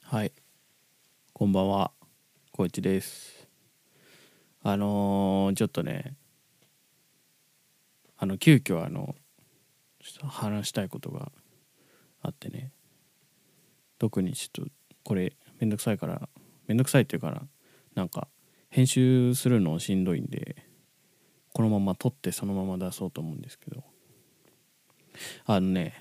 はい、こんばんは、こいちです。ちょっとね、急遽ちょっと話したいことがあってね、特にちょっとこれめんどくさいから、めんどくさいっていうかな、なんか編集するのしんどいんで、このまま撮ってそのまま出そうと思うんですけど、あのね、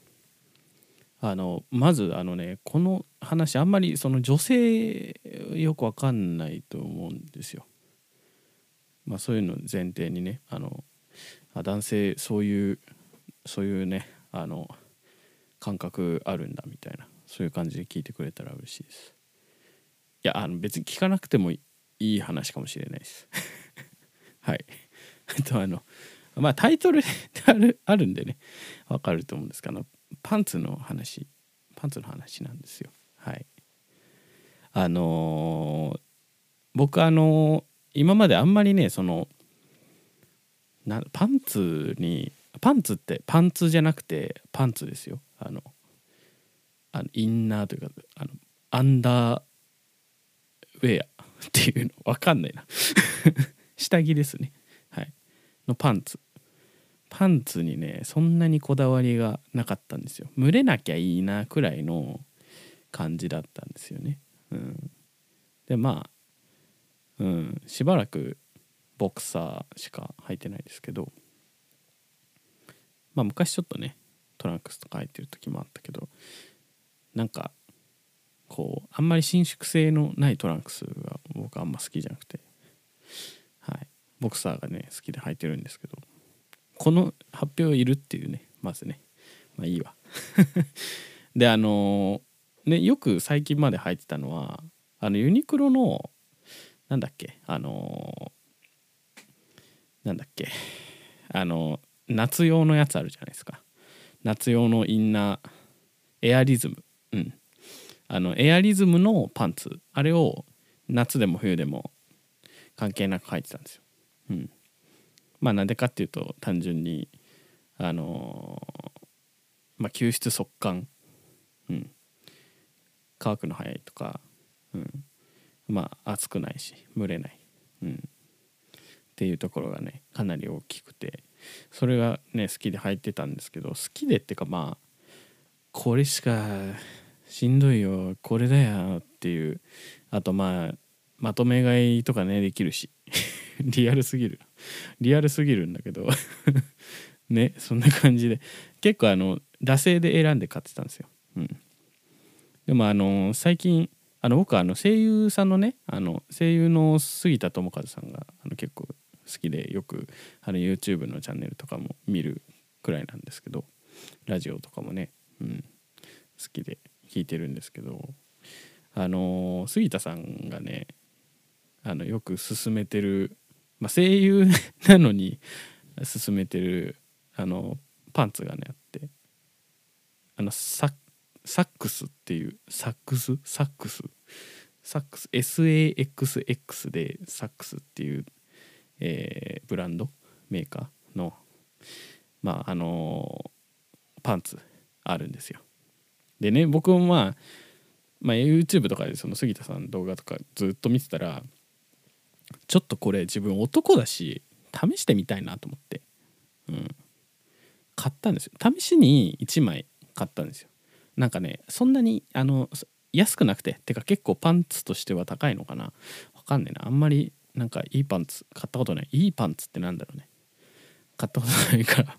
まずこの話あんまりその女性よくわかんないと思うんですよ。まあそういうの前提にね、男性そういうね感覚あるんだみたいな、そういう感じで聞いてくれたら嬉しいです。いや別に聞かなくてもいい話かもしれないですはいまあタイトルであるんでね、わかると思うんですけど、パンツの話なんですよ。はい。僕今まであんまりね、パンツってパンツじゃなくてパンツですよ。インナーというかアンダーウェアっていうのわかんないな下着ですね。はいのパンツにねそんなにこだわりがなかったんですよ。蒸れなきゃいいなくらいの感じだったんですよね。でまあしばらくボクサーしか履いてないですけど、まあ昔ちょっとねトランクスとか履いてる時もあったけど、なんかこうあんまり伸縮性のないトランクスが僕あんま好きじゃなくて、はい、ボクサーがね好きで履いてるんですけど、この発表いるっていうね、まずね、まあいいわでね、よく最近まで履いてたのはユニクロのなんだっけなんだっけ夏用のやつあるじゃないですか。夏用のインナーエアリズム、エアリズムのパンツ、あれを夏でも冬でも関係なく履いてたんですよ。まあなんでかっていうと単純に吸湿速乾、乾くの早いとか、まあ暑くないし蒸れない、っていうところがねかなり大きくて、それがね好きで履いてたんですけど、好きでってかまあこれしかしんどいよこれだよっていう、あとまとめ買いとかねできるしリアルすぎるんだけどね、そんな感じで結構惰性で選んで買ってたんですよ。でも最近僕は声優さんのね声優の杉田智和さんが結構好きで、よくYouTube のチャンネルとかも見るくらいなんですけど、ラジオとかもね、好きで聞いてるんですけど、杉田さんがねよく勧めてる、声優なのに勧めてるパンツがねあって、サックスっていうサックス SAXX でサックスっていう、ブランドメーカーのパンツあるんですよ。でね、僕もYouTube とかでその杉田さんの動画とかずっと見てたら、ちょっとこれ自分男だし試してみたいなと思って、買ったんですよ。試しに1枚買ったんですよ。なんかねそんなに安くなくて、てか結構パンツとしては高いのかな、わかんねえな、あんまりなんかいいパンツ買ったことない。いいパンツってなんだろうね、買ったことないから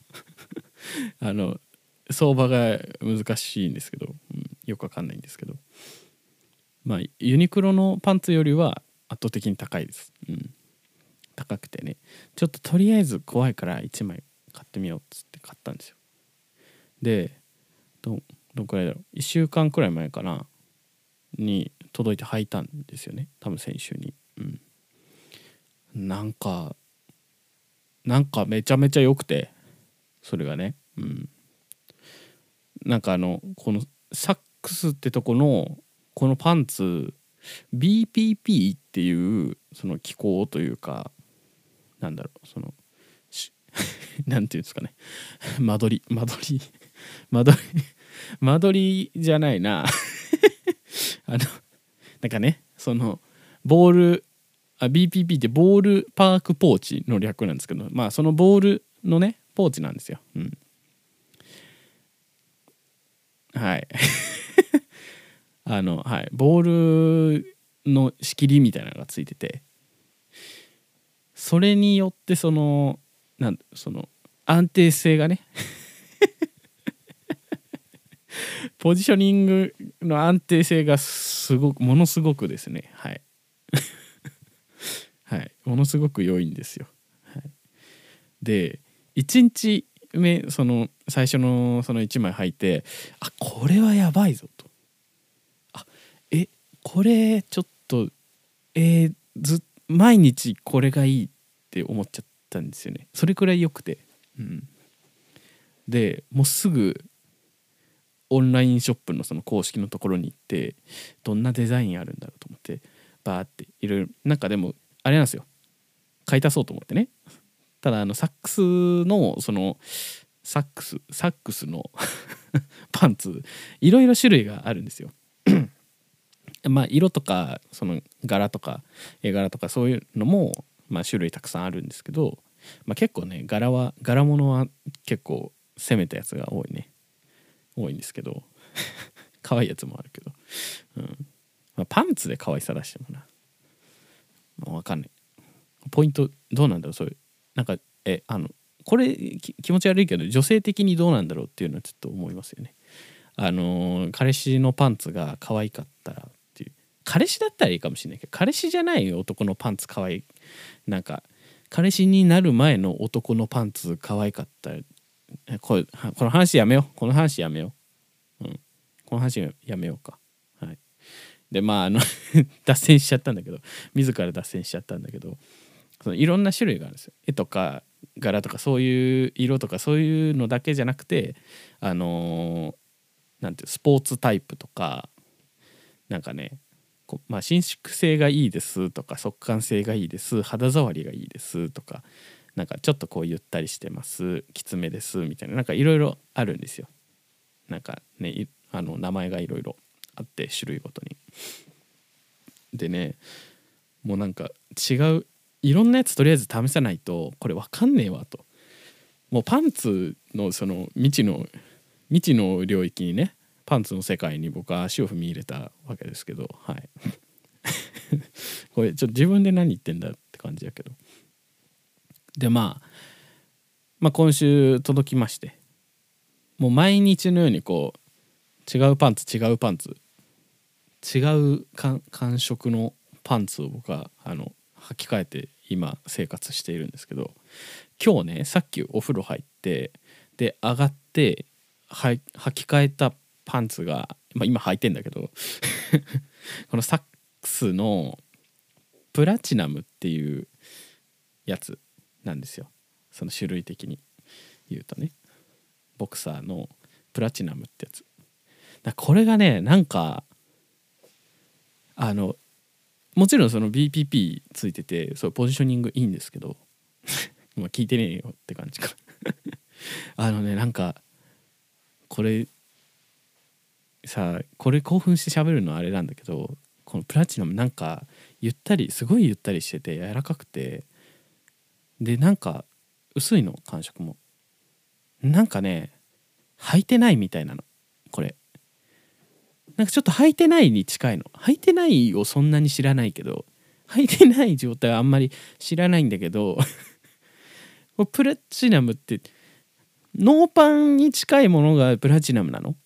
相場が難しいんですけど、よくわかんないんですけど、ユニクロのパンツよりは圧倒的に高いです。高くてね、ちょっととりあえず怖いから1枚買ってみようっつって買ったんですよ。でどんくらいだろう、1週間くらい前かなに届いて履いたんですよね、多分先週に。なんかめちゃめちゃ良くて、それがね、なんかこのサックスってとこのこのパンツ BPP っていうその機構というか、なんだろう、そのなんていうんですかね間取りじゃないななんかねそのボールBPP ってボールパークポーチの略なんですけど、まあそのボールのねポーチなんですよ。はいはい、ボールの仕切りみたいなのがついてて、それによってその安定性がねポジショニングの安定性がものすごくですね、はいはい、ものすごく良いんですよ。はい、で1日目最初のその1枚履いて、これはやばいぞと、これちょっと毎日これがいいって思っちゃったんですよね。それくらい良くて、でもうすぐオンラインショップのその公式のところに行って、どんなデザインあるんだろうと思ってバーっていろいろ、なんかでもあれなんですよ、買い足そうと思ってね。ただサックスのサックスのパンツいろいろ種類があるんですよまあ色とかその柄とか絵柄とかそういうのもまあ種類たくさんあるんですけど、まあ、結構ね柄物は結構攻めたやつが多いんですけど可愛いやつもあるけど、まあ、パンツで可愛さ出してもな、分かんない。ポイントどうなんだろう、そういうなんかこれ気持ち悪いけど女性的にどうなんだろうっていうのはちょっと思いますよね。彼氏のパンツが可愛かったらっていう、彼氏だったらいいかもしれないけど、彼氏じゃない男のパンツ可愛い、なんか彼氏になる前の男のパンツ可愛かったら、この話やめよう、この話やめよう、この話やめようか。はい。でまあ脱線しちゃったんだけど、自ら脱線しちゃったんだけど、そのいろんな種類があるんですよ。絵とか柄とかそういう色とかそういうのだけじゃなくて、なんていうスポーツタイプとか、なんかねまあ、伸縮性がいいですとか速乾性がいいです、肌触りがいいですとか、なんかちょっとこうゆったりしてます、きつめですみたいな、なんかいろいろあるんですよ。なんかね名前がいろいろあって、種類ごとに。でねもうなんかいろんなやつとりあえず試さないとこれわかんねえわと。もうパンツのその未知の領域にね、パンツの世界に僕は足を踏み入れたわけですけど、はいこれちょっと自分で何言ってんだって感じやけど、でまあ今週届きまして、もう毎日のようにこう違うパンツ違う感触のパンツを僕は履き替えて今生活しているんですけど、今日ねさっきお風呂入ってで上がって履き替えたパンツが、今履いてんだけどこのサックスのプラチナムっていうやつなんですよ。その種類的に言うとね、ボクサーのプラチナムってやつこれがね、なんかもちろんその BPP ついててそうポジショニングいいんですけどまあ聞いてねえよって感じかなんかこれ興奮して喋るのはあれなんだけど、このプラチナムなんかすごいゆったりしてて柔らかくて、でなんか薄いの感触もなんかね履いてないみたいなの。これなんかちょっと履いてないに近いの。履いてないをそんなに知らないけど、履いてない状態はあんまり知らないんだけどプラチナムってノーパンに近いものがプラチナムなの？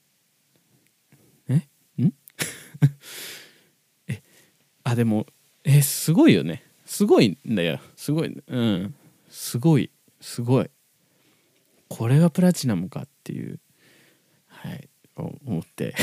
でもすごいよね。すごいんだよ。すごい、すごいこれがプラチナムかっていう、はい思って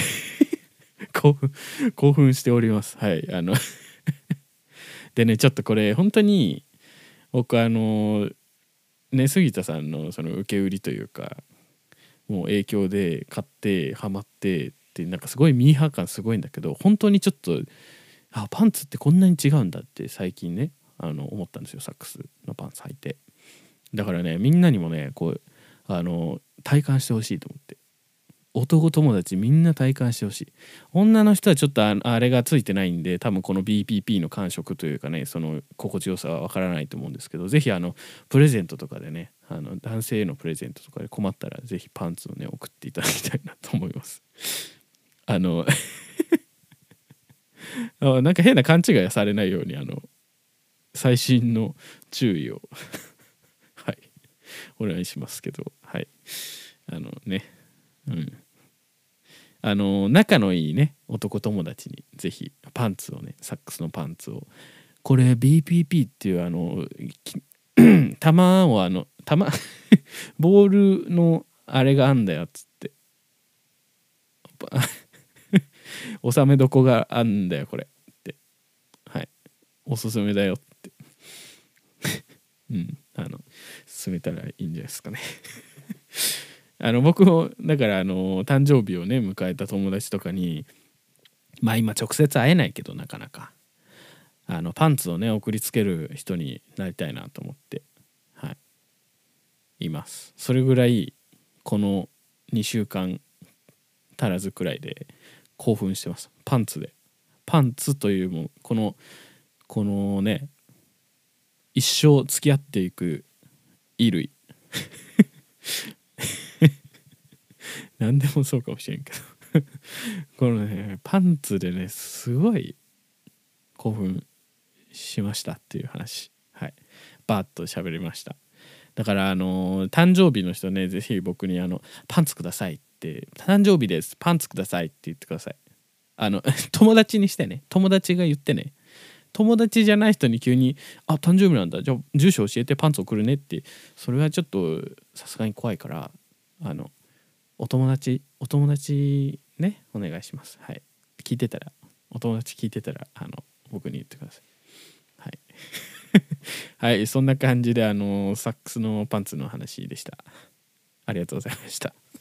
興奮しております。はいでねちょっとこれ本当に僕杉田さんのその受け売りというかもう影響で買ってハマってってなんかすごいミーハー感すごいんだけど、本当にちょっとパンツってこんなに違うんだって最近ね思ったんですよ。サックスのパンツ履いて。だからねみんなにもねこう体感してほしいと思って、 男友達みんな体感してほしい。女の人はちょっとあれがついてないんで、多分この BPP の感触というかね、その心地よさはわからないと思うんですけど、ぜひプレゼントとかでね、男性へのプレゼントとかで困ったらぜひパンツをね送っていただきたいなと思います。なんか変な勘違いはされないように細心の注意をはいお願いしますけど、はいね、仲のいいね男友達にぜひパンツをね、サックスのパンツを、これ BPP っていう玉をボールのあれがあんだよっつって収めどこがあんだよこれって、はいおすすめだよって勧めたらいいんじゃないですかね僕もだから誕生日をね迎えた友達とかに、まあ今直接会えないけどなかなかパンツをね送りつける人になりたいなと思って、はい、います。それぐらいこの2週間足らずくらいで興奮してます。パンツで、パンツというもうこのね一生付き合っていく衣類何でもそうかもしれんけどこのねパンツでねすごい興奮しましたっていう話、はい、バーッと喋りました。だから誕生日の人ね、ぜひ僕にパンツくださいって、誕生日ですパンツくださいって言ってください。友達にしてね、友達が言ってね、友達じゃない人に急に誕生日なんだ、じゃあ住所教えてパンツ送るねって、それはちょっとさすがに怖いから、お友達ねお願いします。はい、聞いてたら、お友達聞いてたら僕に言ってください。はいはいそんな感じでサックスのパンツの話でした。ありがとうございました。